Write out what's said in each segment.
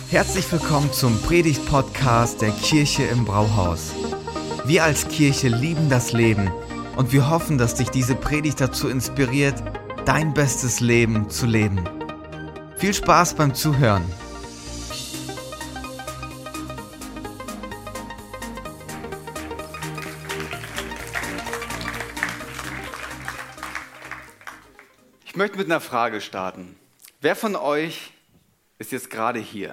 Herzlich willkommen zum Predigt-Podcast der Kirche im Brauhaus. Wir als Kirche lieben das Leben und wir hoffen, dass dich diese Predigt dazu inspiriert, dein bestes Leben zu leben. Viel Spaß beim Zuhören. Ich möchte mit einer Frage starten. Wer von euch ist jetzt gerade hier?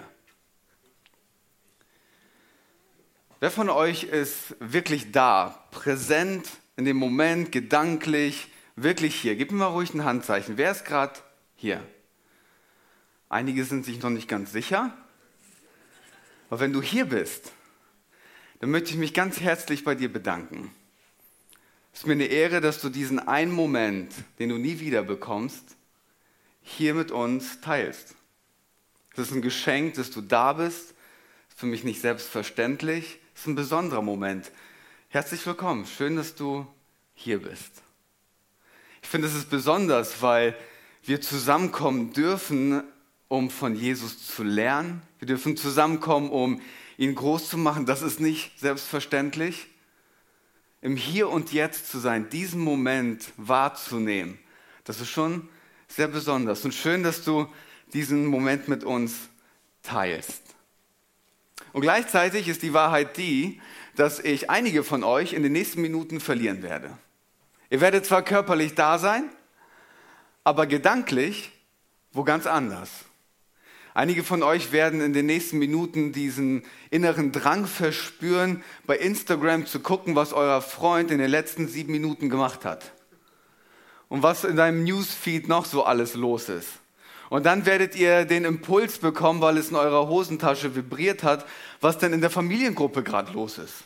Wer von euch ist wirklich da, präsent in dem Moment, gedanklich, wirklich hier? Gib mir mal ruhig ein Handzeichen. Wer ist gerade hier? Einige sind sich noch nicht ganz sicher. Aber wenn du hier bist, dann möchte ich mich ganz herzlich bei dir bedanken. Es ist mir eine Ehre, dass du diesen einen Moment, den du nie wieder bekommst, hier mit uns teilst. Es ist ein Geschenk, dass du da bist. Das ist für mich nicht selbstverständlich. Es ist ein besonderer Moment. Herzlich willkommen. Schön, dass du hier bist. Ich finde, es ist besonders, weil wir zusammenkommen dürfen, um von Jesus zu lernen. Wir dürfen zusammenkommen, um ihn groß zu machen. Das ist nicht selbstverständlich. Im Hier und Jetzt zu sein, diesen Moment wahrzunehmen, das ist schon sehr besonders. Und schön, dass du diesen Moment mit uns teilst. Und gleichzeitig ist die Wahrheit die, dass ich einige von euch in den nächsten Minuten verlieren werde. Ihr werdet zwar körperlich da sein, aber gedanklich wo ganz anders. Einige von euch werden in den nächsten Minuten diesen inneren Drang verspüren, bei Instagram zu gucken, was euer Freund in den letzten 7 Minuten gemacht hat. Und was in deinem Newsfeed noch so alles los ist. Und dann werdet ihr den Impuls bekommen, weil es in eurer Hosentasche vibriert hat, was denn in der Familiengruppe gerade los ist.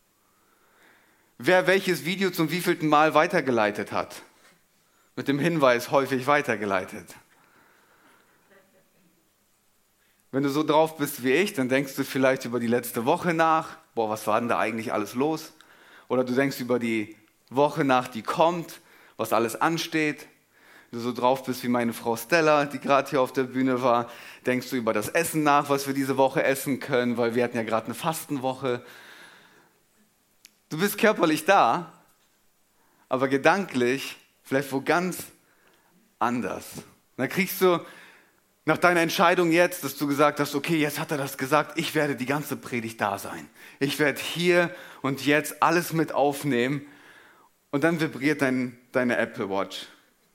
Wer welches Video zum wievielten Mal weitergeleitet hat. Mit dem Hinweis, häufig weitergeleitet. Wenn du so drauf bist wie ich, dann denkst du vielleicht über die letzte Woche nach. Boah, was war denn da eigentlich alles los? Oder du denkst über die Woche nach, die kommt, was alles ansteht. Wenn du so drauf bist wie meine Frau Stella, die gerade hier auf der Bühne war, denkst du über das Essen nach, was wir diese Woche essen können, weil wir hatten ja gerade eine Fastenwoche. Du bist körperlich da, aber gedanklich vielleicht wo ganz anders. Und dann kriegst du nach deiner Entscheidung jetzt, dass du gesagt hast, okay, jetzt hat er das gesagt, ich werde die ganze Predigt da sein. Ich werde hier und jetzt alles mit aufnehmen. Und dann vibriert deine Apple Watch.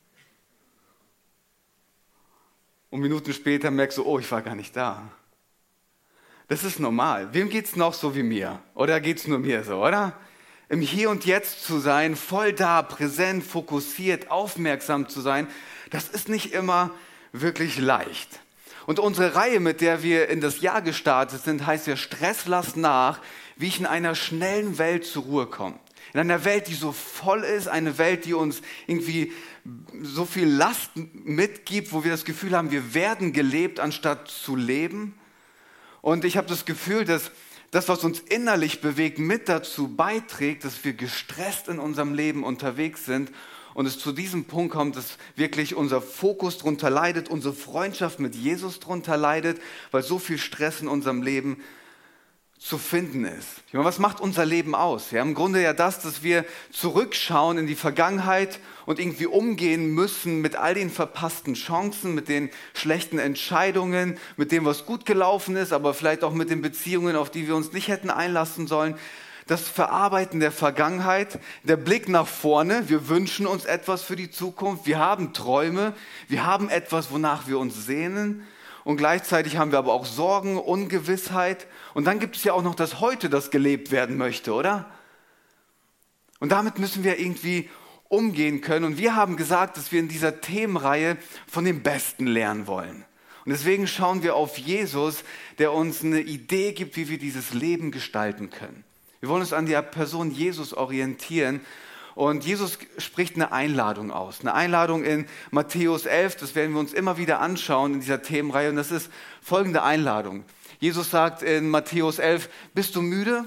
Und Minuten später merkst du, oh, ich war gar nicht da. Das ist normal. Wem geht's noch so wie mir? Oder geht's nur mir so, oder? Im Hier und Jetzt zu sein, voll da, präsent, fokussiert, aufmerksam zu sein, das ist nicht immer wirklich leicht. Und unsere Reihe, mit der wir in das Jahr gestartet sind, heißt ja Stress lass nach, wie ich in einer schnellen Welt zur Ruhe komme. In einer Welt, die so voll ist, eine Welt, die uns irgendwie so viel Last mitgibt, wo wir das Gefühl haben, wir werden gelebt, anstatt zu leben. Und ich habe das Gefühl, dass das, was uns innerlich bewegt, mit dazu beiträgt, dass wir gestresst in unserem Leben unterwegs sind und es zu diesem Punkt kommt, dass wirklich unser Fokus drunter leidet, unsere Freundschaft mit Jesus drunter leidet, weil so viel Stress in unserem Leben zu finden ist. Ich meine, was macht unser Leben aus? Ja, im Grunde ja das, dass wir zurückschauen in die Vergangenheit und irgendwie umgehen müssen mit all den verpassten Chancen, mit den schlechten Entscheidungen, mit dem, was gut gelaufen ist, aber vielleicht auch mit den Beziehungen, auf die wir uns nicht hätten einlassen sollen. Das Verarbeiten der Vergangenheit, der Blick nach vorne, wir wünschen uns etwas für die Zukunft, wir haben Träume, wir haben etwas, wonach wir uns sehnen. Und gleichzeitig haben wir aber auch Sorgen, Ungewissheit. Und dann gibt es ja auch noch das Heute, das gelebt werden möchte, oder? Und damit müssen wir irgendwie umgehen können. Und wir haben gesagt, dass wir in dieser Themenreihe von dem Besten lernen wollen. Und deswegen schauen wir auf Jesus, der uns eine Idee gibt, wie wir dieses Leben gestalten können. Wir wollen uns an der Person Jesus orientieren. Und Jesus spricht eine Einladung aus. Eine Einladung in Matthäus 11, das werden wir uns immer wieder anschauen in dieser Themenreihe. Und das ist folgende Einladung. Jesus sagt in Matthäus 11, bist du müde?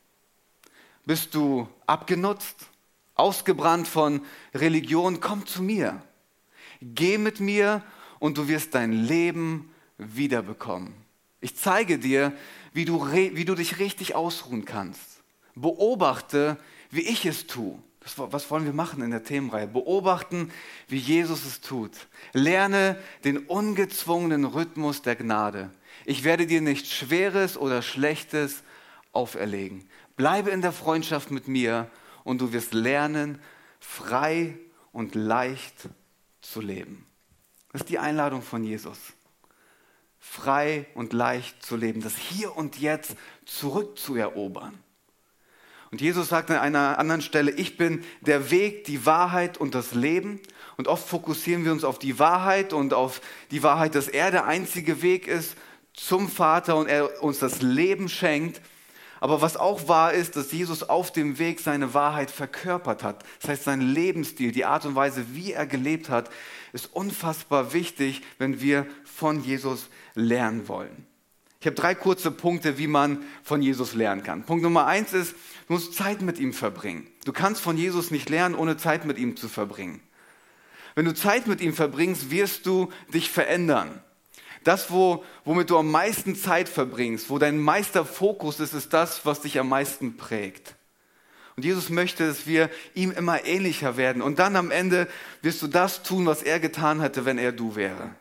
Bist du abgenutzt? Ausgebrannt von Religion? Komm zu mir. Geh mit mir und du wirst dein Leben wiederbekommen. Ich zeige dir, wie du dich richtig ausruhen kannst. Beobachte, wie ich es tue. Was wollen wir machen in der Themenreihe? Beobachten, wie Jesus es tut. Lerne den ungezwungenen Rhythmus der Gnade. Ich werde dir nichts Schweres oder Schlechtes auferlegen. Bleibe in der Freundschaft mit mir und du wirst lernen, frei und leicht zu leben. Das ist die Einladung von Jesus. Frei und leicht zu leben, das Hier und Jetzt zurückzuerobern. Und Jesus sagt an einer anderen Stelle, ich bin der Weg, die Wahrheit und das Leben. Und oft fokussieren wir uns auf die Wahrheit und auf die Wahrheit, dass er der einzige Weg ist zum Vater und er uns das Leben schenkt. Aber was auch wahr ist, dass Jesus auf dem Weg seine Wahrheit verkörpert hat. Das heißt, sein Lebensstil, die Art und Weise, wie er gelebt hat, ist unfassbar wichtig, wenn wir von Jesus lernen wollen. Ich habe 3 kurze Punkte, wie man von Jesus lernen kann. Punkt Nummer 1 ist, du musst Zeit mit ihm verbringen. Du kannst von Jesus nicht lernen, ohne Zeit mit ihm zu verbringen. Wenn du Zeit mit ihm verbringst, wirst du dich verändern. Das, womit du am meisten Zeit verbringst, wo dein meiste Fokus ist, ist das, was dich am meisten prägt. Und Jesus möchte, dass wir ihm immer ähnlicher werden. Und dann am Ende wirst du das tun, was er getan hätte, wenn er du wäre.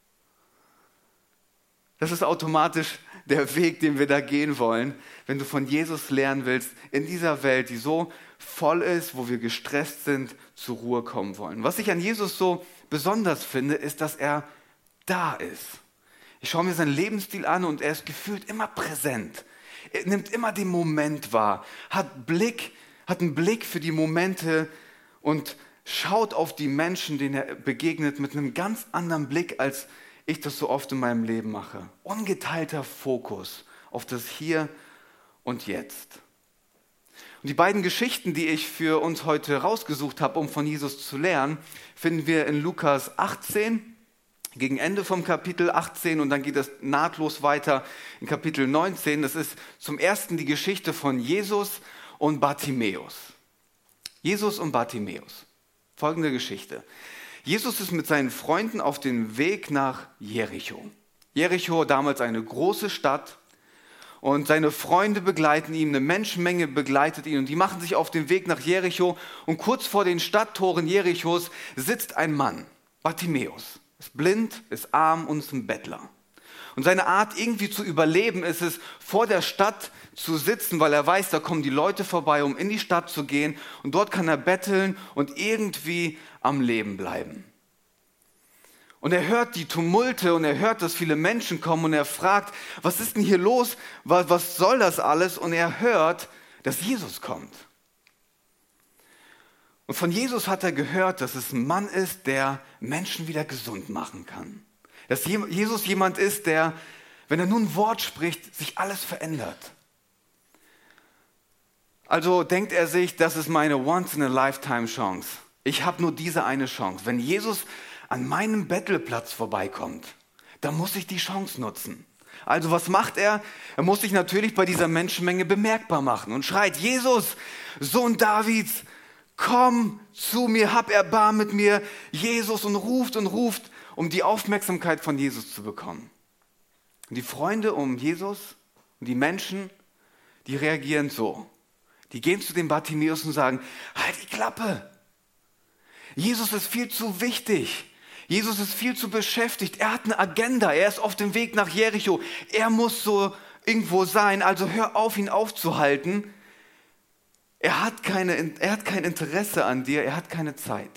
Das ist automatisch der Weg, den wir da gehen wollen, wenn du von Jesus lernen willst, in dieser Welt, die so voll ist, wo wir gestresst sind, zur Ruhe kommen wollen. Was ich an Jesus so besonders finde, ist, dass er da ist. Ich schaue mir seinen Lebensstil an und er ist gefühlt immer präsent. Er nimmt immer den Moment wahr, hat einen Blick für die Momente und schaut auf die Menschen, denen er begegnet, mit einem ganz anderen Blick, als ich das so oft in meinem Leben mache. Ungeteilter Fokus auf das Hier und Jetzt. Und die beiden Geschichten, die ich für uns heute rausgesucht habe, um von Jesus zu lernen, finden wir in Lukas 18, gegen Ende vom Kapitel 18 und dann geht es nahtlos weiter in Kapitel 19. Das ist zum ersten die Geschichte von Jesus und Bartimäus. Jesus und Bartimäus. Folgende Geschichte. Jesus ist mit seinen Freunden auf dem Weg nach Jericho. Jericho, damals eine große Stadt. Und seine Freunde begleiten ihn, eine Menschenmenge begleitet ihn. Und die machen sich auf den Weg nach Jericho. Und kurz vor den Stadttoren Jerichos sitzt ein Mann, Bartimäus. Ist blind, ist arm und ist ein Bettler. Und seine Art, irgendwie zu überleben, ist es, vor der Stadt zu sitzen, weil er weiß, da kommen die Leute vorbei, um in die Stadt zu gehen. Und dort kann er betteln und irgendwie am Leben bleiben. Und er hört die Tumulte und er hört, dass viele Menschen kommen und er fragt, was ist denn hier los? Was soll das alles? Und er hört, dass Jesus kommt. Und von Jesus hat er gehört, dass es ein Mann ist, der Menschen wieder gesund machen kann. Dass Jesus jemand ist, der, wenn er nur ein Wort spricht, sich alles verändert. Also denkt er sich, das ist meine Once-in-a-Lifetime-Chance. Ich habe nur diese eine Chance. Wenn Jesus an meinem Bettelplatz vorbeikommt, dann muss ich die Chance nutzen. Also was macht er? Er muss sich natürlich bei dieser Menschenmenge bemerkbar machen und schreit, Jesus, Sohn Davids, komm zu mir, hab Erbarmen mit mir, Jesus, und ruft, um die Aufmerksamkeit von Jesus zu bekommen. Und die Freunde um Jesus und die Menschen, die reagieren so. Die gehen zu dem Bartimäus und sagen, halt die Klappe. Jesus ist viel zu wichtig. Jesus ist viel zu beschäftigt. Er hat eine Agenda. Er ist auf dem Weg nach Jericho. Er muss so irgendwo sein. Also hör auf, ihn aufzuhalten. Er hat kein Interesse an dir. Er hat keine Zeit.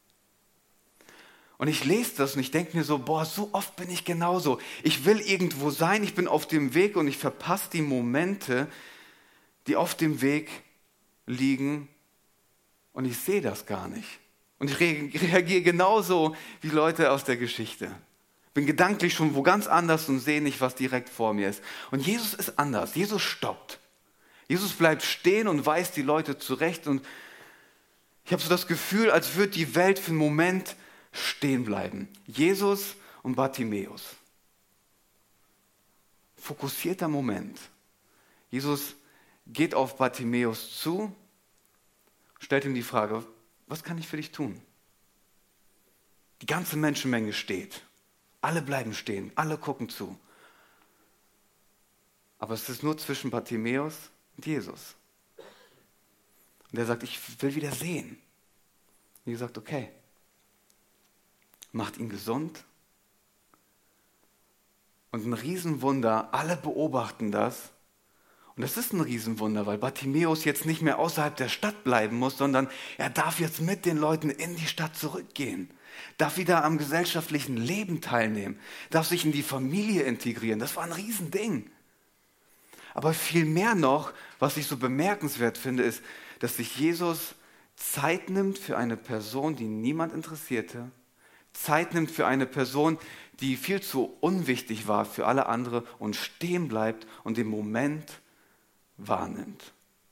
Und ich lese das und ich denke mir so, so oft bin ich genauso. Ich will irgendwo sein, ich bin auf dem Weg und ich verpasse die Momente, die auf dem Weg liegen und ich sehe das gar nicht. Und ich reagiere genauso wie Leute aus der Geschichte. Bin gedanklich schon wo ganz anders und sehe nicht, was direkt vor mir ist. Und Jesus ist anders. Jesus stoppt. Jesus bleibt stehen und weist die Leute zurecht. Und ich habe so das Gefühl, als würde die Welt für einen Moment stehen bleiben. Jesus und Bartimäus. Fokussierter Moment. Jesus geht auf Bartimäus zu, stellt ihm die Frage, was kann ich für dich tun? Die ganze Menschenmenge steht. Alle bleiben stehen, alle gucken zu. Aber es ist nur zwischen Bartimäus und Jesus. Und er sagt, ich will wieder sehen. Und Jesus sagt, okay, macht ihn gesund. Und ein Riesenwunder, alle beobachten das. Und das ist ein Riesenwunder, weil Bartimäus jetzt nicht mehr außerhalb der Stadt bleiben muss, sondern er darf jetzt mit den Leuten in die Stadt zurückgehen, darf wieder am gesellschaftlichen Leben teilnehmen, darf sich in die Familie integrieren. Das war ein Riesending. Aber viel mehr noch, was ich so bemerkenswert finde, ist, dass sich Jesus Zeit nimmt für eine Person, die niemand interessierte, Zeit nimmt für eine Person, die viel zu unwichtig war für alle andere und stehen bleibt und den Moment wahrnimmt.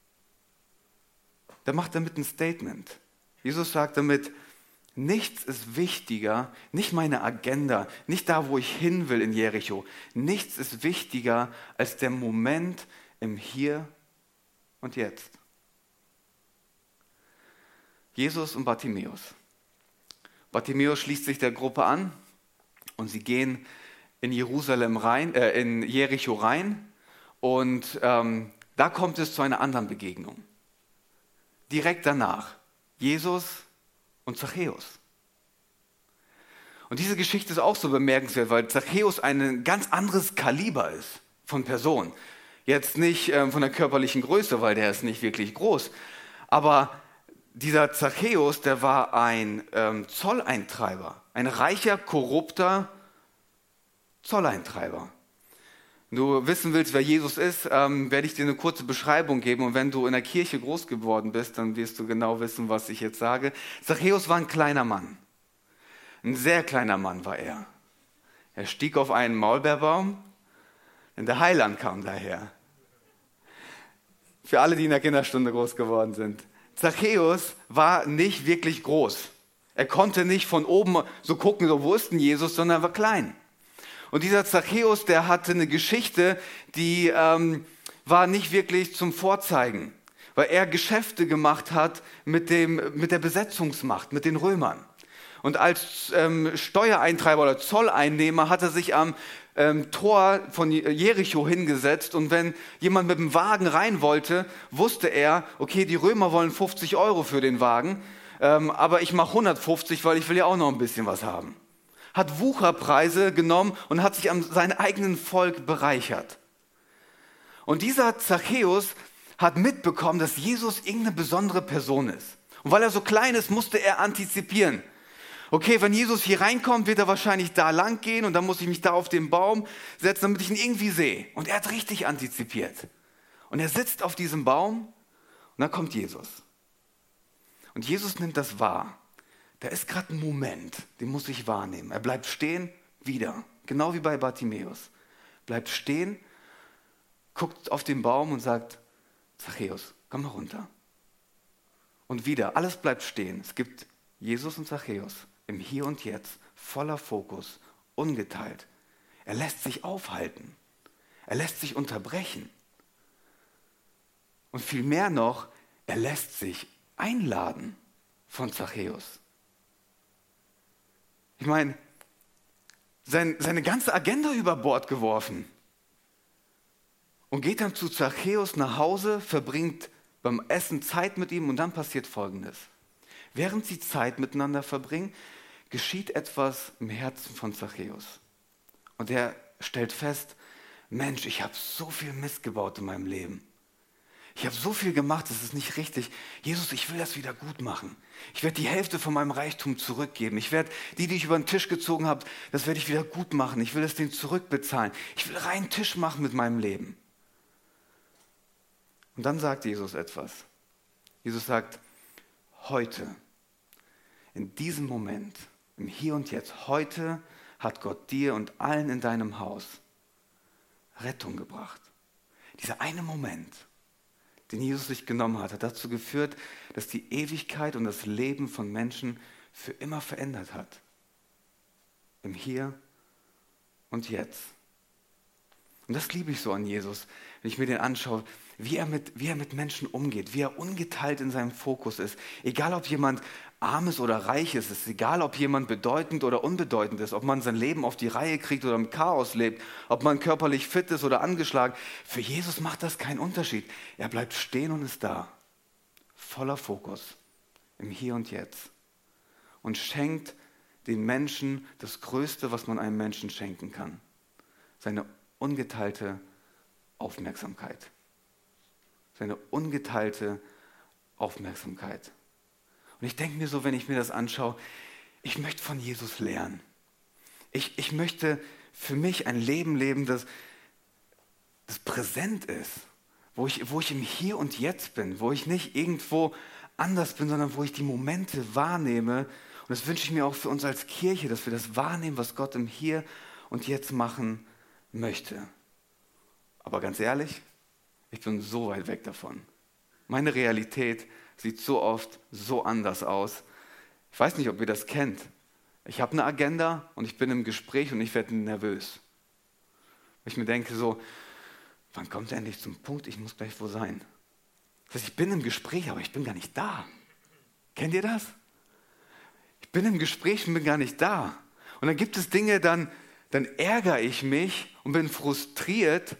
Da macht er damit ein Statement. Jesus sagt damit, nichts ist wichtiger, nicht meine Agenda, nicht da, wo ich hin will in Jericho. Nichts ist wichtiger als der Moment im Hier und Jetzt. Jesus und Bartimäus. Bartimäus schließt sich der Gruppe an und sie gehen in in Jericho rein und da kommt es zu einer anderen Begegnung. Direkt danach Jesus und Zachäus. Und diese Geschichte ist auch so bemerkenswert, weil Zachäus ein ganz anderes Kaliber ist von Person. Jetzt nicht von der körperlichen Größe, weil der ist nicht wirklich groß, aber dieser Zachäus, der war ein Zolleintreiber, ein reicher, korrupter Zolleintreiber. Wenn du wissen willst, wer Jesus ist, werde ich dir eine kurze Beschreibung geben. Und wenn du in der Kirche groß geworden bist, dann wirst du genau wissen, was ich jetzt sage. Zachäus war ein kleiner Mann. Ein sehr kleiner Mann war er. Er stieg auf einen Maulbeerbaum, denn der Heiland kam daher. Für alle, die in der Kinderstunde groß geworden sind. Zachäus war nicht wirklich groß. Er konnte nicht von oben so gucken, so, wo ist denn Jesus, sondern er war klein. Und dieser Zachäus, der hatte eine Geschichte, die war nicht wirklich zum Vorzeigen, weil er Geschäfte gemacht hat mit der Besetzungsmacht, mit den Römern. Und als Steuereintreiber oder Zolleinnehmer hat er sich am Tor von Jericho hingesetzt und wenn jemand mit dem Wagen rein wollte, wusste er, okay, die Römer wollen 50 € für den Wagen, aber ich mache 150, weil ich will ja auch noch ein bisschen was haben. Hat Wucherpreise genommen und hat sich an seinem eigenen Volk bereichert. Und dieser Zachäus hat mitbekommen, dass Jesus irgendeine besondere Person ist. Und weil er so klein ist, musste er antizipieren. Okay, wenn Jesus hier reinkommt, wird er wahrscheinlich da lang gehen und dann muss ich mich da auf den Baum setzen, damit ich ihn irgendwie sehe. Und er hat richtig antizipiert. Und er sitzt auf diesem Baum und dann kommt Jesus. Und Jesus nimmt das wahr. Da ist gerade ein Moment, den muss ich wahrnehmen. Er bleibt stehen, wieder. Genau wie bei Bartimäus. Bleibt stehen, guckt auf den Baum und sagt, Zachäus, komm mal runter. Und wieder, alles bleibt stehen. Es gibt Jesus und Zachäus im Hier und Jetzt, voller Fokus, ungeteilt. Er lässt sich aufhalten. Er lässt sich unterbrechen. Und viel mehr noch, er lässt sich einladen von Zachäus. Ich meine, seine ganze Agenda über Bord geworfen. Und geht dann zu Zachäus nach Hause, verbringt beim Essen Zeit mit ihm und dann passiert Folgendes. Während sie Zeit miteinander verbringen, geschieht etwas im Herzen von Zachäus. Und er stellt fest, Mensch, ich habe so viel Mist gebaut in meinem Leben. Ich habe so viel gemacht, das ist nicht richtig. Jesus, ich will das wieder gut machen. Ich werde die Hälfte von meinem Reichtum zurückgeben. Ich werde die ich über den Tisch gezogen habe, das werde ich wieder gut machen. Ich will es denen zurückbezahlen. Ich will reinen Tisch machen mit meinem Leben. Und dann sagt Jesus etwas. Jesus sagt, heute, in diesem Moment, im Hier und Jetzt, heute hat Gott dir und allen in deinem Haus Rettung gebracht. Dieser eine Moment, den Jesus sich genommen hat, hat dazu geführt, dass die Ewigkeit und das Leben von Menschen für immer verändert hat. Im Hier und Jetzt. Und Und das liebe ich so an Jesus, wenn ich mir den anschaue, wie er mit Menschen umgeht, wie er ungeteilt in seinem Fokus ist. Egal, ob jemand arm ist oder reich ist, es ist egal, ob jemand bedeutend oder unbedeutend ist, ob man sein Leben auf die Reihe kriegt oder im Chaos lebt, ob man körperlich fit ist oder angeschlagen. Für Jesus macht das keinen Unterschied. Er bleibt stehen und ist da, voller Fokus, im Hier und Jetzt. Und schenkt den Menschen das Größte, was man einem Menschen schenken kann. Seine ungeteilte Aufmerksamkeit. Seine ungeteilte Aufmerksamkeit. Und ich denke mir so, wenn ich mir das anschaue, ich möchte von Jesus lernen. Ich möchte für mich ein Leben leben, das präsent ist, wo ich im Hier und Jetzt bin, wo ich nicht irgendwo anders bin, sondern wo ich die Momente wahrnehme. Und das wünsche ich mir auch für uns als Kirche, dass wir das wahrnehmen, was Gott im Hier und Jetzt machen möchte. Aber ganz ehrlich, ich bin so weit weg davon. Meine Realität sieht so oft so anders aus. Ich weiß nicht, ob ihr das kennt. Ich habe eine Agenda und ich bin im Gespräch und ich werde nervös. Ich mir denke so, wann kommt er endlich zum Punkt? Ich muss gleich wo sein. Das heißt, ich bin im Gespräch, aber ich bin gar nicht da. Kennt ihr das? Ich bin im Gespräch und bin gar nicht da. Und dann gibt es Dinge, dann ärgere ich mich und bin frustriert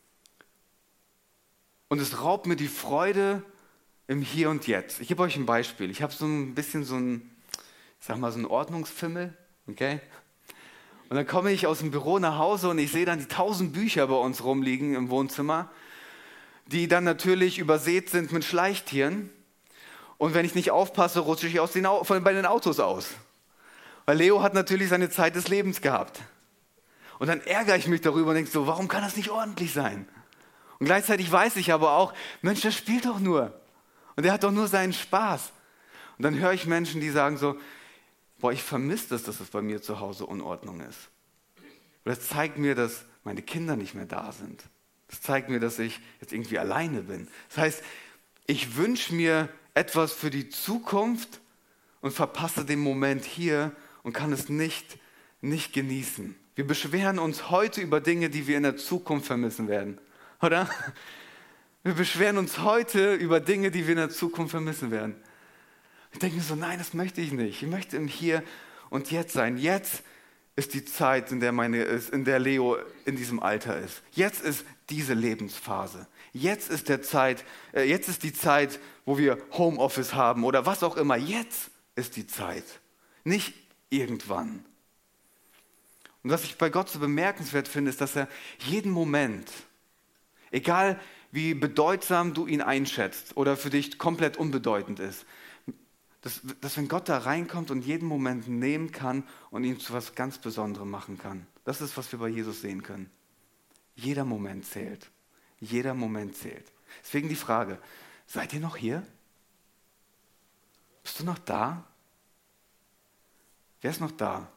und es raubt mir die Freude im Hier und Jetzt. Ich gebe euch ein Beispiel. Ich habe so ein bisschen so einen Ordnungsfimmel, okay? Und dann komme ich aus dem Büro nach Hause und ich sehe dann die 1000 Bücher bei uns rumliegen im Wohnzimmer, die dann natürlich übersät sind mit Schleichtieren. Und wenn ich nicht aufpasse, rutsche ich bei den Autos aus. Weil Leo hat natürlich seine Zeit des Lebens gehabt. Und dann ärgere ich mich darüber und denke so, warum kann das nicht ordentlich sein? Und gleichzeitig weiß ich aber auch, Mensch, der spielt doch nur. Und der hat doch nur seinen Spaß. Und dann höre ich Menschen, die sagen so, boah, ich vermisse das, dass es bei mir zu Hause Unordnung ist. Und das zeigt mir, dass meine Kinder nicht mehr da sind. Das zeigt mir, dass ich jetzt irgendwie alleine bin. Das heißt, ich wünsche mir etwas für die Zukunft und verpasse den Moment hier und kann es nicht genießen. Wir beschweren uns heute über Dinge, die wir in der Zukunft vermissen werden. Oder? Wir beschweren uns heute über Dinge, die wir in der Zukunft vermissen werden. Ich denke mir so, nein, das möchte ich nicht. Ich möchte im Hier und Jetzt sein. Jetzt ist die Zeit, in der Leo in diesem Alter ist. Jetzt ist diese Lebensphase. Jetzt ist die Zeit, wo wir Homeoffice haben oder was auch immer. Jetzt ist die Zeit. Nicht irgendwann. Und was ich bei Gott so bemerkenswert finde, ist, dass er jeden Moment, egal wie bedeutsam du ihn einschätzt oder für dich komplett unbedeutend ist, dass wenn Gott da reinkommt und jeden Moment nehmen kann und ihn zu was ganz Besonderem machen kann. Das ist, was wir bei Jesus sehen können. Jeder Moment zählt. Jeder Moment zählt. Deswegen die Frage, seid ihr noch hier? Bist du noch da? Wer ist noch da?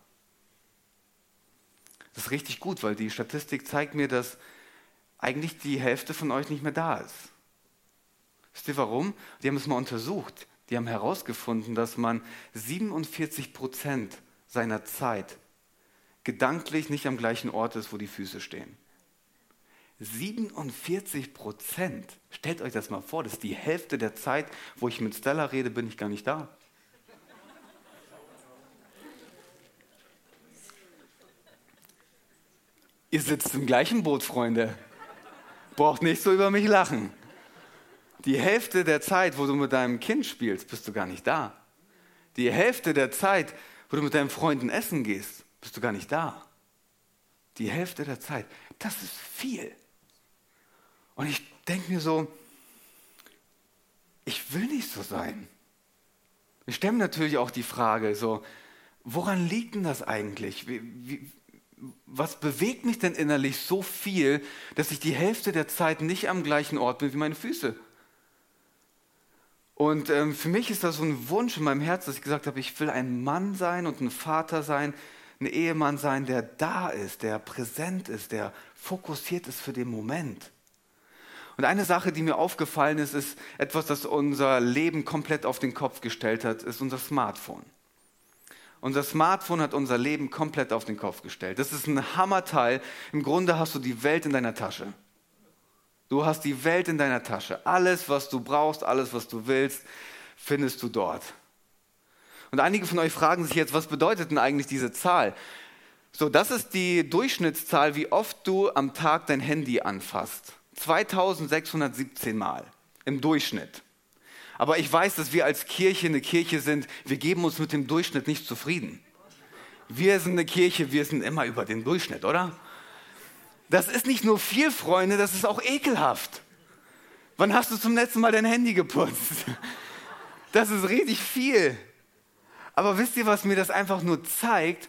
Das ist richtig gut, weil die Statistik zeigt mir, dass eigentlich die Hälfte von euch nicht mehr da ist. Wisst ihr warum? Die haben es mal untersucht. Die haben herausgefunden, dass man 47% seiner Zeit gedanklich nicht am gleichen Ort ist, wo die Füße stehen. 47%. Stellt euch das mal vor, das ist die Hälfte der Zeit, wo ich mit Stella rede, bin ich gar nicht da. Ihr sitzt im gleichen Boot, Freunde. Braucht nicht so über mich lachen. Die Hälfte der Zeit, wo du mit deinem Kind spielst, bist du gar nicht da. Die Hälfte der Zeit, wo du mit deinen Freunden essen gehst, bist du gar nicht da. Die Hälfte der Zeit, das ist viel. Und ich denke mir so, ich will nicht so sein. Ich stelle mir natürlich auch die Frage, so, woran liegt denn das eigentlich? Was bewegt mich denn innerlich so viel, dass ich die Hälfte der Zeit nicht am gleichen Ort bin wie meine Füße? Und für mich ist das so ein Wunsch in meinem Herzen, dass ich gesagt habe, ich will ein Mann sein und ein Vater sein, ein Ehemann sein, der da ist, der präsent ist, der fokussiert ist für den Moment. Und eine Sache, die mir aufgefallen ist, ist etwas, das unser Leben komplett auf den Kopf gestellt hat, ist unser Smartphone. Unser Smartphone hat unser Leben komplett auf den Kopf gestellt. Das ist ein Hammerteil. Im Grunde hast du die Welt in deiner Tasche. Du hast die Welt in deiner Tasche. Alles, was du brauchst, alles, was du willst, findest du dort. Und einige von euch fragen sich jetzt, was bedeutet denn eigentlich diese Zahl? So, das ist die Durchschnittszahl, wie oft du am Tag dein Handy anfasst. 2617 Mal im Durchschnitt. Aber ich weiß, dass wir als Kirche eine Kirche sind, wir geben uns mit dem Durchschnitt nicht zufrieden. Wir sind eine Kirche, wir sind immer über den Durchschnitt, oder? Das ist nicht nur viel, Freunde, das ist auch ekelhaft. Wann hast du zum letzten Mal dein Handy geputzt? Das ist richtig viel. Aber wisst ihr, was mir das einfach nur zeigt?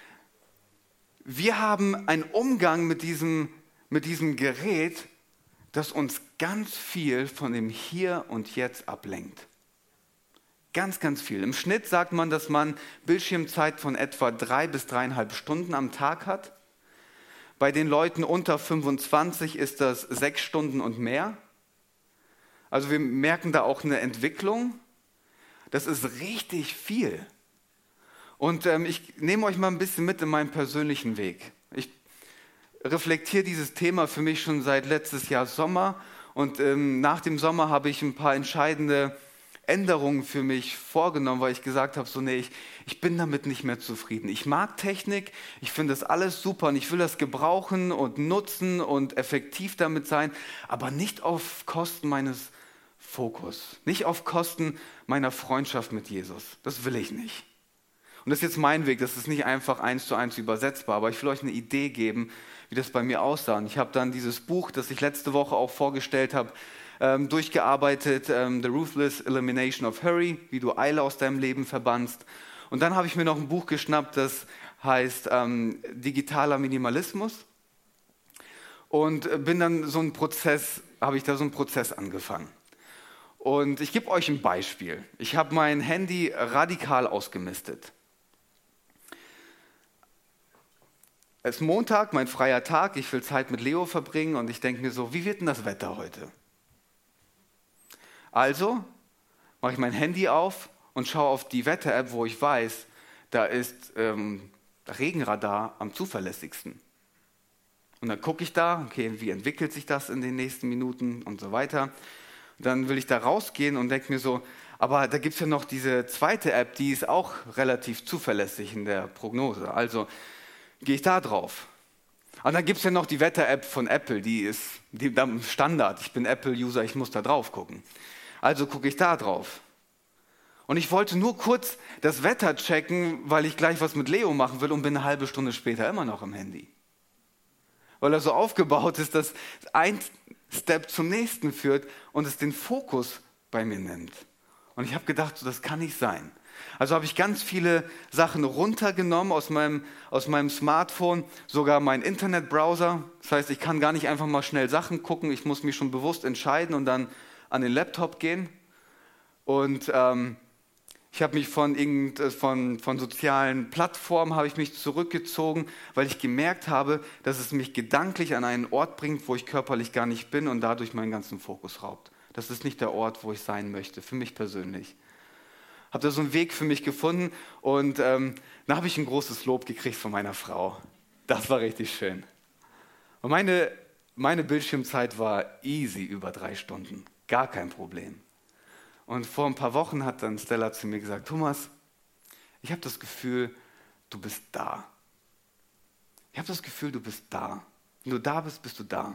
Wir haben einen Umgang mit diesem Gerät, das uns ganz viel von dem Hier und Jetzt ablenkt. Ganz, ganz viel. Im Schnitt sagt man, dass man Bildschirmzeit von etwa 3 bis 3,5 Stunden am Tag hat. Bei den Leuten unter 25 ist das 6 Stunden und mehr. Also wir merken da auch eine Entwicklung. Das ist richtig viel. Und ich nehme euch mal ein bisschen mit in meinen persönlichen Weg. Ich reflektiere dieses Thema für mich schon seit letztes Jahr Sommer. Und nach dem Sommer habe ich ein paar entscheidende Änderungen für mich vorgenommen, weil ich gesagt habe, so nee, ich bin damit nicht mehr zufrieden. Ich mag Technik, ich finde das alles super und ich will das gebrauchen und nutzen und effektiv damit sein, aber nicht auf Kosten meines Fokus, nicht auf Kosten meiner Freundschaft mit Jesus. Das will ich nicht. Und das ist jetzt mein Weg, das ist nicht einfach 1:1 übersetzbar, aber ich will euch eine Idee geben, wie das bei mir aussah. Und ich habe dann dieses Buch, das ich letzte Woche auch vorgestellt habe, durchgearbeitet, The Ruthless Elimination of Hurry, wie du Eile aus deinem Leben verbannst. Und dann habe ich mir noch ein Buch geschnappt, das heißt Digitaler Minimalismus. Und bin dann habe ich da so einen Prozess angefangen. Und ich gebe euch ein Beispiel. Ich habe mein Handy radikal ausgemistet. Es ist Montag, mein freier Tag, ich will Zeit mit Leo verbringen und ich denke mir so, wie wird denn das Wetter heute? Also mache ich mein Handy auf und schaue auf die Wetter-App, wo ich weiß, da ist Regenradar am zuverlässigsten. Und dann gucke ich da, okay, wie entwickelt sich das in den nächsten Minuten und so weiter. Und dann will ich da rausgehen und denke mir so, aber da gibt es ja noch diese zweite App, die ist auch relativ zuverlässig in der Prognose. Also gehe ich da drauf. Und dann gibt es ja noch die Wetter-App von Apple, die ist Standard. Ich bin Apple-User, ich muss da drauf gucken. Also gucke ich da drauf. Und ich wollte nur kurz das Wetter checken, weil ich gleich was mit Leo machen will und bin eine halbe Stunde später immer noch am Handy. Weil er so aufgebaut ist, dass ein Step zum nächsten führt und es den Fokus bei mir nimmt. Und ich habe gedacht, so, das kann nicht sein. Also habe ich ganz viele Sachen runtergenommen aus meinem Smartphone, sogar meinen Internetbrowser. Das heißt, ich kann gar nicht einfach mal schnell Sachen gucken, ich muss mich schon bewusst entscheiden und dann an den Laptop gehen. Und ich habe mich von sozialen Plattformen habe ich mich zurückgezogen, weil ich gemerkt habe, dass es mich gedanklich an einen Ort bringt, wo ich körperlich gar nicht bin und dadurch meinen ganzen Fokus raubt. Das ist nicht der Ort, wo ich sein möchte, für mich persönlich. Habe da so einen Weg für mich gefunden und dann habe ich ein großes Lob gekriegt von meiner Frau. Das war richtig schön. Und meine Bildschirmzeit war easy über 3 Stunden. Gar kein Problem. Und vor ein paar Wochen hat dann Stella zu mir gesagt, Thomas, ich habe das Gefühl, du bist da. Ich habe das Gefühl, du bist da. Wenn du da bist, bist du da.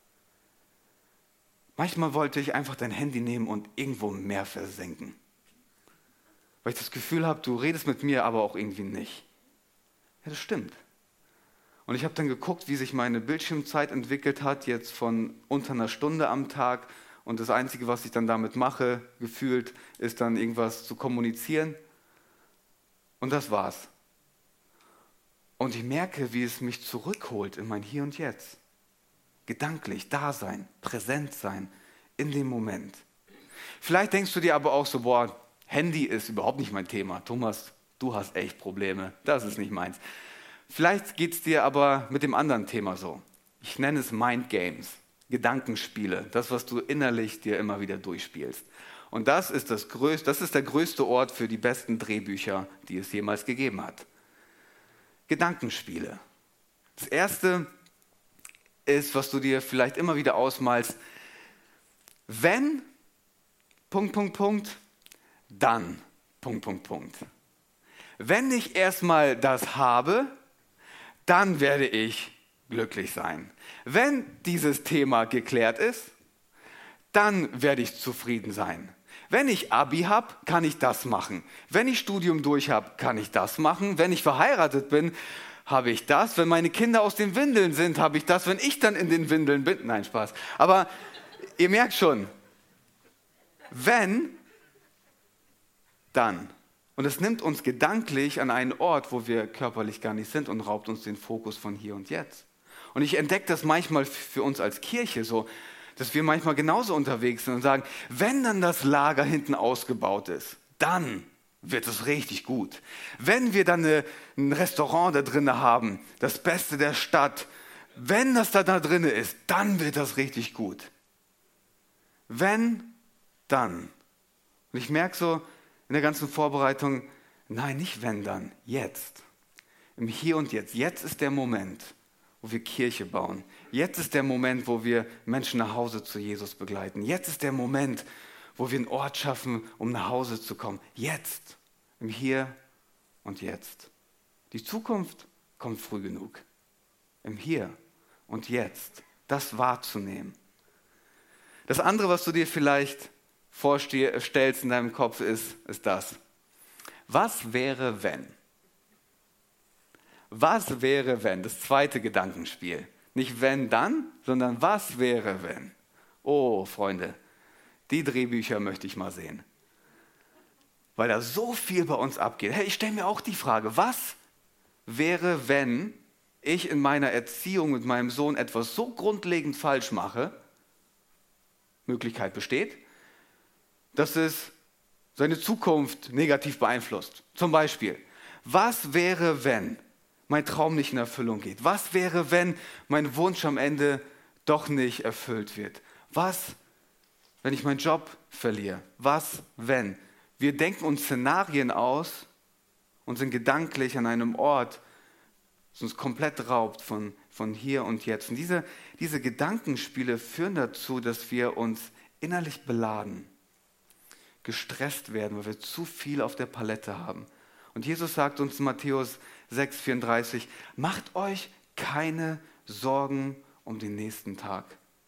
Manchmal wollte ich einfach dein Handy nehmen und irgendwo im Meer versenken. Weil ich das Gefühl habe, du redest mit mir, aber auch irgendwie nicht. Ja, das stimmt. Und ich habe dann geguckt, wie sich meine Bildschirmzeit entwickelt hat, jetzt von unter einer Stunde am Tag. Und das Einzige, was ich dann damit mache, gefühlt, ist dann irgendwas zu kommunizieren. Und das war's. Und ich merke, wie es mich zurückholt in mein Hier und Jetzt. Gedanklich da sein, präsent sein, in dem Moment. Vielleicht denkst du dir aber auch so, boah, Handy ist überhaupt nicht mein Thema. Thomas, du hast echt Probleme, das ist nicht meins. Vielleicht geht es dir aber mit dem anderen Thema so. Ich nenne es Mind Games. Gedankenspiele, das, was du innerlich dir immer wieder durchspielst. Und das ist der größte Ort für die besten Drehbücher, die es jemals gegeben hat. Gedankenspiele. Das erste ist, was du dir vielleicht immer wieder ausmalst, wenn, dann, Wenn ich erstmal das habe, dann werde ich glücklich sein. Wenn dieses Thema geklärt ist, dann werde ich zufrieden sein. Wenn ich Abi habe, kann ich das machen. Wenn ich Studium durch habe, kann ich das machen. Wenn ich verheiratet bin, habe ich das. Wenn meine Kinder aus den Windeln sind, habe ich das. Wenn ich dann in den Windeln bin, nein, Spaß. Aber ihr merkt schon, wenn, dann. Und es nimmt uns gedanklich an einen Ort, wo wir körperlich gar nicht sind und raubt uns den Fokus von hier und jetzt. Und ich entdecke das manchmal für uns als Kirche so, dass wir manchmal genauso unterwegs sind und sagen, wenn dann das Lager hinten ausgebaut ist, dann wird es richtig gut. Wenn wir dann ein Restaurant da drin haben, das Beste der Stadt, wenn das da drin ist, dann wird das richtig gut. Wenn, dann. Und ich merke so in der ganzen Vorbereitung, nein, nicht wenn, dann, jetzt. Im Hier und Jetzt. Jetzt ist der Moment, wo wir Kirche bauen. Jetzt ist der Moment, wo wir Menschen nach Hause zu Jesus begleiten. Jetzt ist der Moment, wo wir einen Ort schaffen, um nach Hause zu kommen. Jetzt, im Hier und Jetzt. Die Zukunft kommt früh genug. Im Hier und Jetzt, das wahrzunehmen. Das andere, was du dir vielleicht vorstellst in deinem Kopf, ist das. Was wäre, wenn? Was wäre, wenn? Das zweite Gedankenspiel. Nicht wenn, dann, sondern was wäre, wenn? Oh, Freunde, die Drehbücher möchte ich mal sehen. Weil da so viel bei uns abgeht. Hey, ich stelle mir auch die Frage, was wäre, wenn ich in meiner Erziehung mit meinem Sohn etwas so grundlegend falsch mache, Möglichkeit besteht, dass es seine Zukunft negativ beeinflusst. Zum Beispiel, was wäre, wenn mein Traum nicht in Erfüllung geht? Was wäre, wenn mein Wunsch am Ende doch nicht erfüllt wird? Was, wenn ich meinen Job verliere? Was, wenn? Wir denken uns Szenarien aus und sind gedanklich an einem Ort, das uns komplett raubt von hier und jetzt. Und diese Gedankenspiele führen dazu, dass wir uns innerlich beladen, gestresst werden, weil wir zu viel auf der Palette haben. Und Jesus sagt uns in Matthäus 6,34, macht euch keine Sorgen um den nächsten Tag.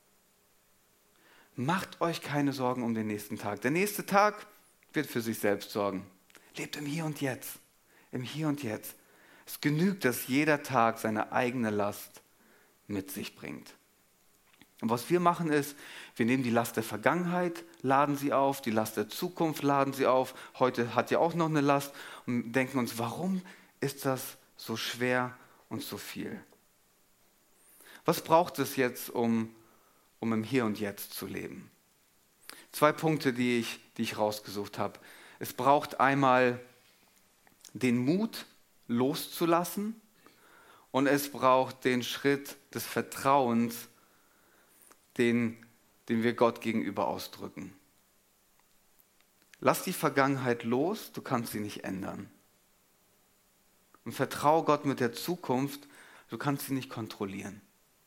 Macht euch keine Sorgen um den nächsten Tag. Der nächste Tag wird für sich selbst sorgen. Lebt im Hier und Jetzt. Im Hier und Jetzt. Es genügt, dass jeder Tag seine eigene Last mit sich bringt. Und was wir machen ist, wir nehmen die Last der Vergangenheit, laden sie auf, die Last der Zukunft laden sie auf. Heute hat ja auch noch eine Last und denken uns, warum ist das so schwer und so viel? Was braucht es jetzt, um im Hier und Jetzt zu leben? 2 Punkte, die ich rausgesucht habe. Es braucht einmal den Mut, loszulassen, und es braucht den Schritt des Vertrauens, den wir Gott gegenüber ausdrücken. Lass die Vergangenheit los, du kannst sie nicht ändern. Und vertraue Gott mit der Zukunft, du kannst sie nicht kontrollieren.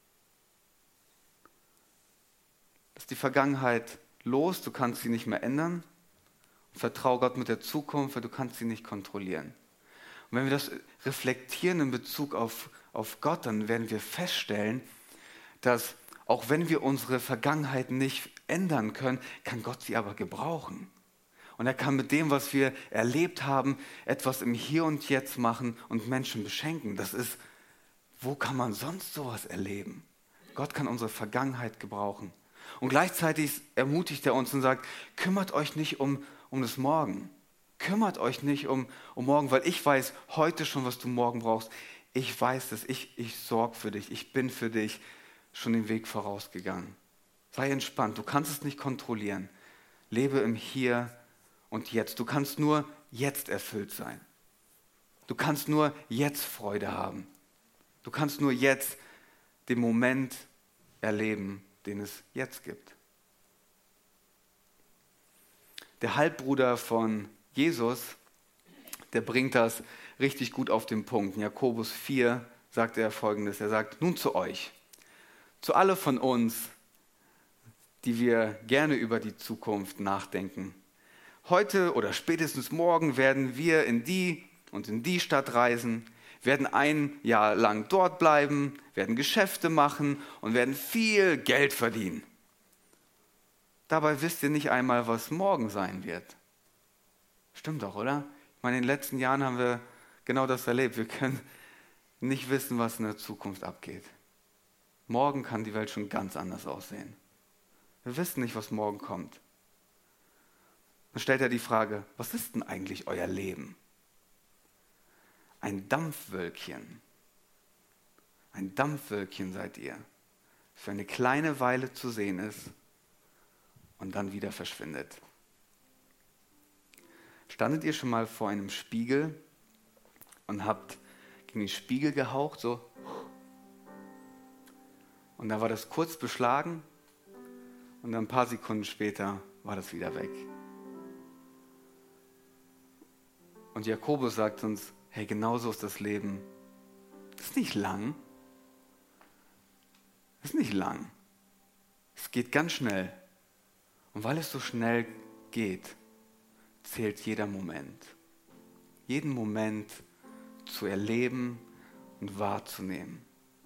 Lass die Vergangenheit los, du kannst sie nicht mehr ändern. Und vertraue Gott mit der Zukunft, weil du kannst sie nicht kontrollieren. Und wenn wir das reflektieren in Bezug auf Gott, dann werden wir feststellen, dass auch wenn wir unsere Vergangenheit nicht ändern können, kann Gott sie aber gebrauchen. Und er kann mit dem, was wir erlebt haben, etwas im Hier und Jetzt machen und Menschen beschenken. Das ist, wo kann man sonst sowas erleben? Gott kann unsere Vergangenheit gebrauchen. Und gleichzeitig ermutigt er uns und sagt, kümmert euch nicht um das Morgen. Kümmert euch nicht um morgen, weil ich weiß heute schon, was du morgen brauchst. Ich weiß es, ich sorge für dich, ich bin für dich schon den Weg vorausgegangen. Sei entspannt, du kannst es nicht kontrollieren. Lebe im Hier und Jetzt. Du kannst nur jetzt erfüllt sein. Du kannst nur jetzt Freude haben. Du kannst nur jetzt den Moment erleben, den es jetzt gibt. der Halbbruder von Jesus, der bringt das richtig gut auf den Punkt. In Jakobus 4 sagt er Folgendes. Er sagt, nun zu euch, zu alle von uns, die wir gerne über die Zukunft nachdenken. Heute oder spätestens morgen werden wir in die und in die Stadt reisen, werden ein Jahr lang dort bleiben, werden Geschäfte machen und werden viel Geld verdienen. Dabei wisst ihr nicht einmal, was morgen sein wird. Stimmt doch, oder? Ich meine, in den letzten Jahren haben wir genau das erlebt. Wir können nicht wissen, was in der Zukunft abgeht. Morgen kann die Welt schon ganz anders aussehen. Wir wissen nicht, was morgen kommt. Dann stellt er die Frage, was ist denn eigentlich euer Leben? Ein Dampfwölkchen. Ein Dampfwölkchen seid ihr, das für eine kleine Weile zu sehen ist und dann wieder verschwindet. Standet ihr schon mal vor einem Spiegel und habt gegen den Spiegel gehaucht, so? Und dann war das kurz beschlagen und dann ein paar Sekunden später war das wieder weg. Und Jakobus sagt uns, hey, genauso ist das Leben. Das ist nicht lang. Das ist nicht lang. Es geht ganz schnell. Und weil es so schnell geht, zählt jeder Moment. Jeden Moment zu erleben und wahrzunehmen.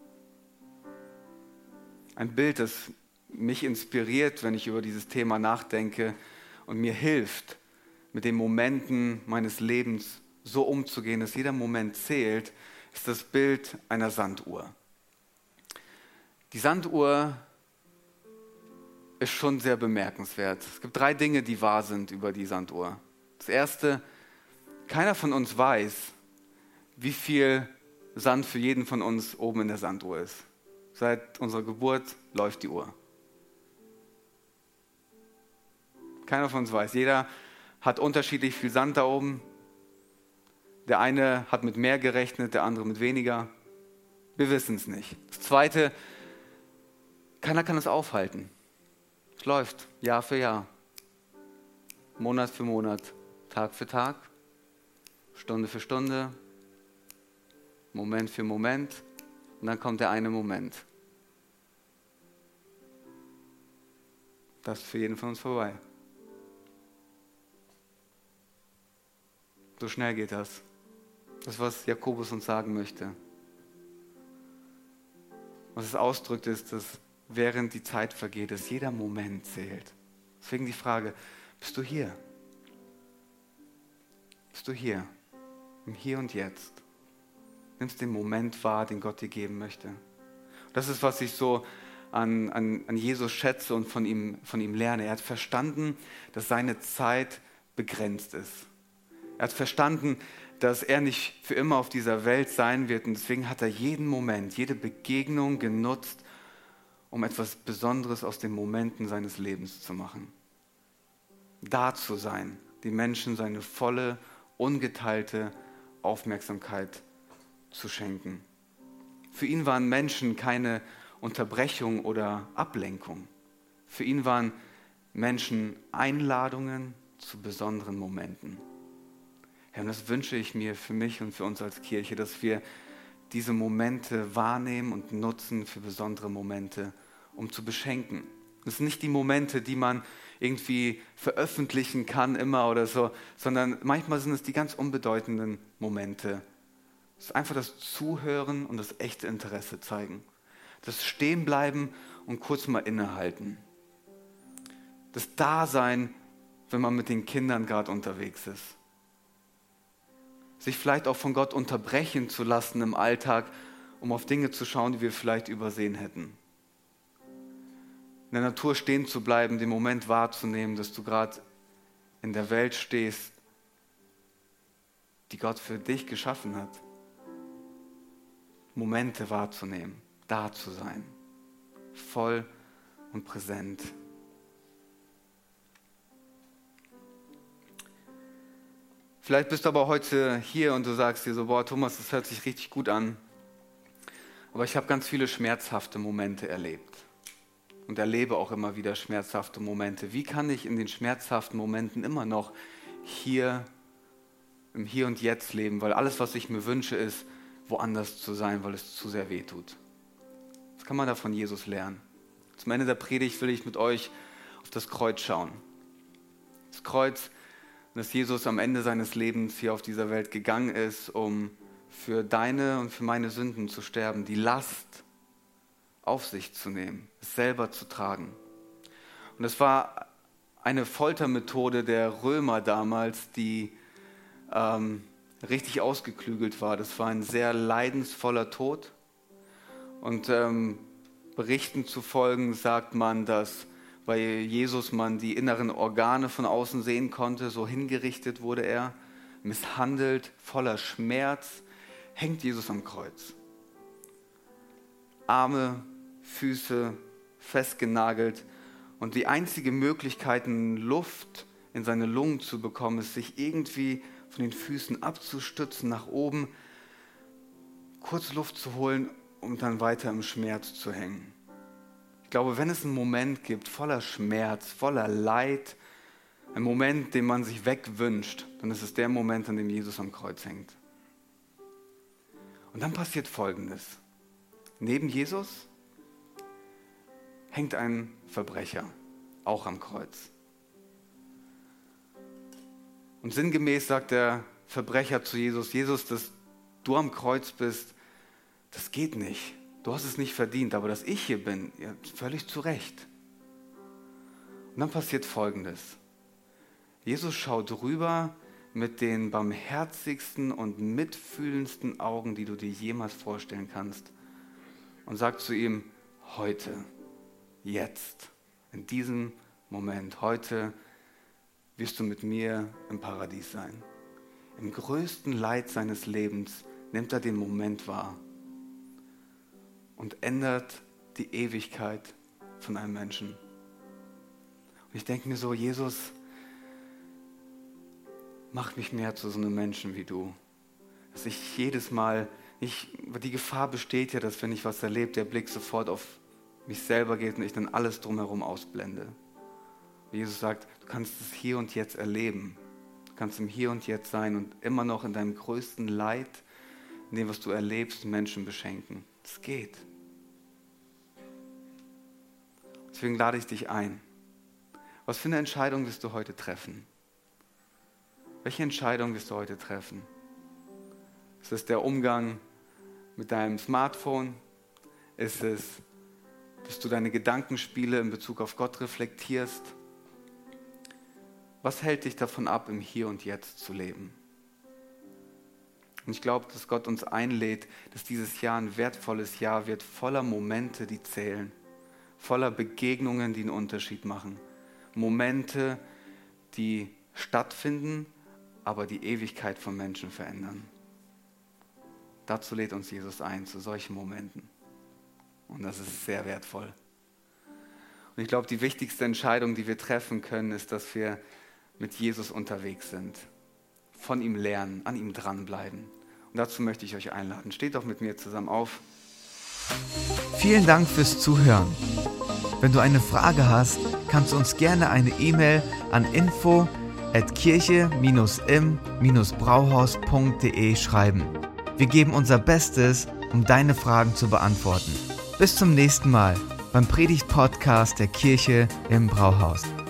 Ein Bild, das mich inspiriert, wenn ich über dieses Thema nachdenke und mir hilft, mit den Momenten meines Lebens so umzugehen, dass jeder Moment zählt, ist das Bild einer Sanduhr. Die Sanduhr ist schon sehr bemerkenswert. Es gibt 3 Dinge, die wahr sind über die Sanduhr. Das erste, keiner von uns weiß, wie viel Sand für jeden von uns oben in der Sanduhr ist. Seit unserer Geburt läuft die Uhr. Keiner von uns weiß. Jeder hat unterschiedlich viel Sand da oben. Der eine hat mit mehr gerechnet, der andere mit weniger. Wir wissen es nicht. Das zweite, keiner kann es aufhalten. Es läuft Jahr für Jahr, Monat für Monat, Tag für Tag, Stunde für Stunde, Moment für Moment und dann kommt der eine Moment. Das ist für jeden von uns vorbei. So schnell geht das. Das ist, was Jakobus uns sagen möchte. Was es ausdrückt, ist, dass während die Zeit vergeht, dass jeder Moment zählt. Deswegen die Frage, bist du hier? Bist du hier? Im Hier und Jetzt? Nimmst den Moment wahr, den Gott dir geben möchte? Das ist, was ich so an Jesus schätze und von ihm lerne. Er hat verstanden, dass seine Zeit begrenzt ist. Er hat verstanden, dass er nicht für immer auf dieser Welt sein wird und deswegen hat er jeden Moment, jede Begegnung genutzt, um etwas Besonderes aus den Momenten seines Lebens zu machen. Da zu sein, die Menschen seine volle, ungeteilte Aufmerksamkeit zu schenken. Für ihn waren Menschen keine Unterbrechung oder Ablenkung. Für ihn waren Menschen Einladungen zu besonderen Momenten. Ja, und das wünsche ich mir für mich und für uns als Kirche, dass wir diese Momente wahrnehmen und nutzen für besondere Momente, um zu beschenken. Das sind nicht die Momente, die man irgendwie veröffentlichen kann immer oder so, sondern manchmal sind es die ganz unbedeutenden Momente. Es ist einfach das Zuhören und das echte Interesse zeigen. Das Stehenbleiben und kurz mal innehalten. Das Dasein, wenn man mit den Kindern gerade unterwegs ist. Sich vielleicht auch von Gott unterbrechen zu lassen im Alltag, um auf Dinge zu schauen, die wir vielleicht übersehen hätten. In der Natur stehen zu bleiben, den Moment wahrzunehmen, dass du gerade in der Welt stehst, die Gott für dich geschaffen hat. Momente wahrzunehmen, da zu sein, voll und präsent. Vielleicht bist du aber heute hier und du sagst dir so, boah Thomas, das hört sich richtig gut an, aber ich habe ganz viele schmerzhafte Momente erlebt. und erlebe auch immer wieder schmerzhafte Momente. Wie kann ich in den schmerzhaften Momenten immer noch im Hier und Jetzt leben? Weil alles, was ich mir wünsche, ist, woanders zu sein, weil es zu sehr weh tut. Was kann man da von Jesus lernen? Zum Ende der Predigt will ich mit euch auf das Kreuz schauen. Das Kreuz, das Jesus am Ende seines Lebens hier auf dieser Welt gegangen ist, um für deine und für meine Sünden zu sterben, die Last auf sich zu nehmen, es selber zu tragen. Und es war eine Foltermethode der Römer damals, die richtig ausgeklügelt war. Das war ein sehr leidensvoller Tod. Und Berichten zufolge sagt man, dass bei Jesus man die inneren Organe von außen sehen konnte. So hingerichtet wurde er, misshandelt, voller Schmerz, hängt Jesus am Kreuz. Arme, Füße festgenagelt. Und die einzige Möglichkeit, Luft in seine Lungen zu bekommen, ist, sich irgendwie von den Füßen abzustützen, nach oben, kurz Luft zu holen und dann weiter im Schmerz zu hängen. Ich glaube, wenn es einen Moment gibt, voller Schmerz, voller Leid, ein Moment, den man sich wegwünscht, dann ist es der Moment, an dem Jesus am Kreuz hängt. Und dann passiert Folgendes. Neben Jesus hängt ein Verbrecher, auch am Kreuz. Und sinngemäß sagt der Verbrecher zu Jesus, Jesus, dass du am Kreuz bist, das geht nicht. Du hast es nicht verdient, aber dass ich hier bin, ja, völlig zu Recht. Und dann passiert Folgendes. Jesus schaut rüber mit den barmherzigsten und mitfühlendsten Augen, die du dir jemals vorstellen kannst, und sagt zu ihm, heute, jetzt, in diesem Moment, heute wirst du mit mir im Paradies sein. Im größten Leid seines Lebens nimmt er den Moment wahr und ändert die Ewigkeit von einem Menschen. Und ich denke mir so, Jesus, mach mich mehr zu so einem Menschen wie du. Dass ich jedes Mal, die Gefahr besteht ja, dass wenn ich was erlebe, der Blick sofort auf mich selber geht und ich dann alles drumherum ausblende. Und Jesus sagt, du kannst es hier und jetzt erleben. Du kannst im Hier und Jetzt sein und immer noch in deinem größten Leid, in dem, was du erlebst, Menschen beschenken. Es geht. Deswegen lade ich dich ein. Was für eine Entscheidung wirst du heute treffen? Welche Entscheidung wirst du heute treffen? Ist es der Umgang mit deinem Smartphone? Ist es, dass du deine Gedankenspiele in Bezug auf Gott reflektierst? Was hält dich davon ab, im Hier und Jetzt zu leben? Und ich glaube, dass Gott uns einlädt, dass dieses Jahr ein wertvolles Jahr wird, voller Momente, die zählen, voller Begegnungen, die einen Unterschied machen. Momente, die stattfinden, aber die Ewigkeit von Menschen verändern. Dazu lädt uns Jesus ein, zu solchen Momenten. Und das ist sehr wertvoll. Und ich glaube, die wichtigste Entscheidung, die wir treffen können, ist, dass wir mit Jesus unterwegs sind. Von ihm lernen, an ihm dranbleiben. Und dazu möchte ich euch einladen. Steht doch mit mir zusammen auf. Vielen Dank fürs Zuhören. Wenn du eine Frage hast, kannst du uns gerne eine E-Mail an info@kirche-im-brauhaus.de schreiben. Wir geben unser Bestes, um deine Fragen zu beantworten. Bis zum nächsten Mal beim Predigt-Podcast der Kirche im Brauhaus.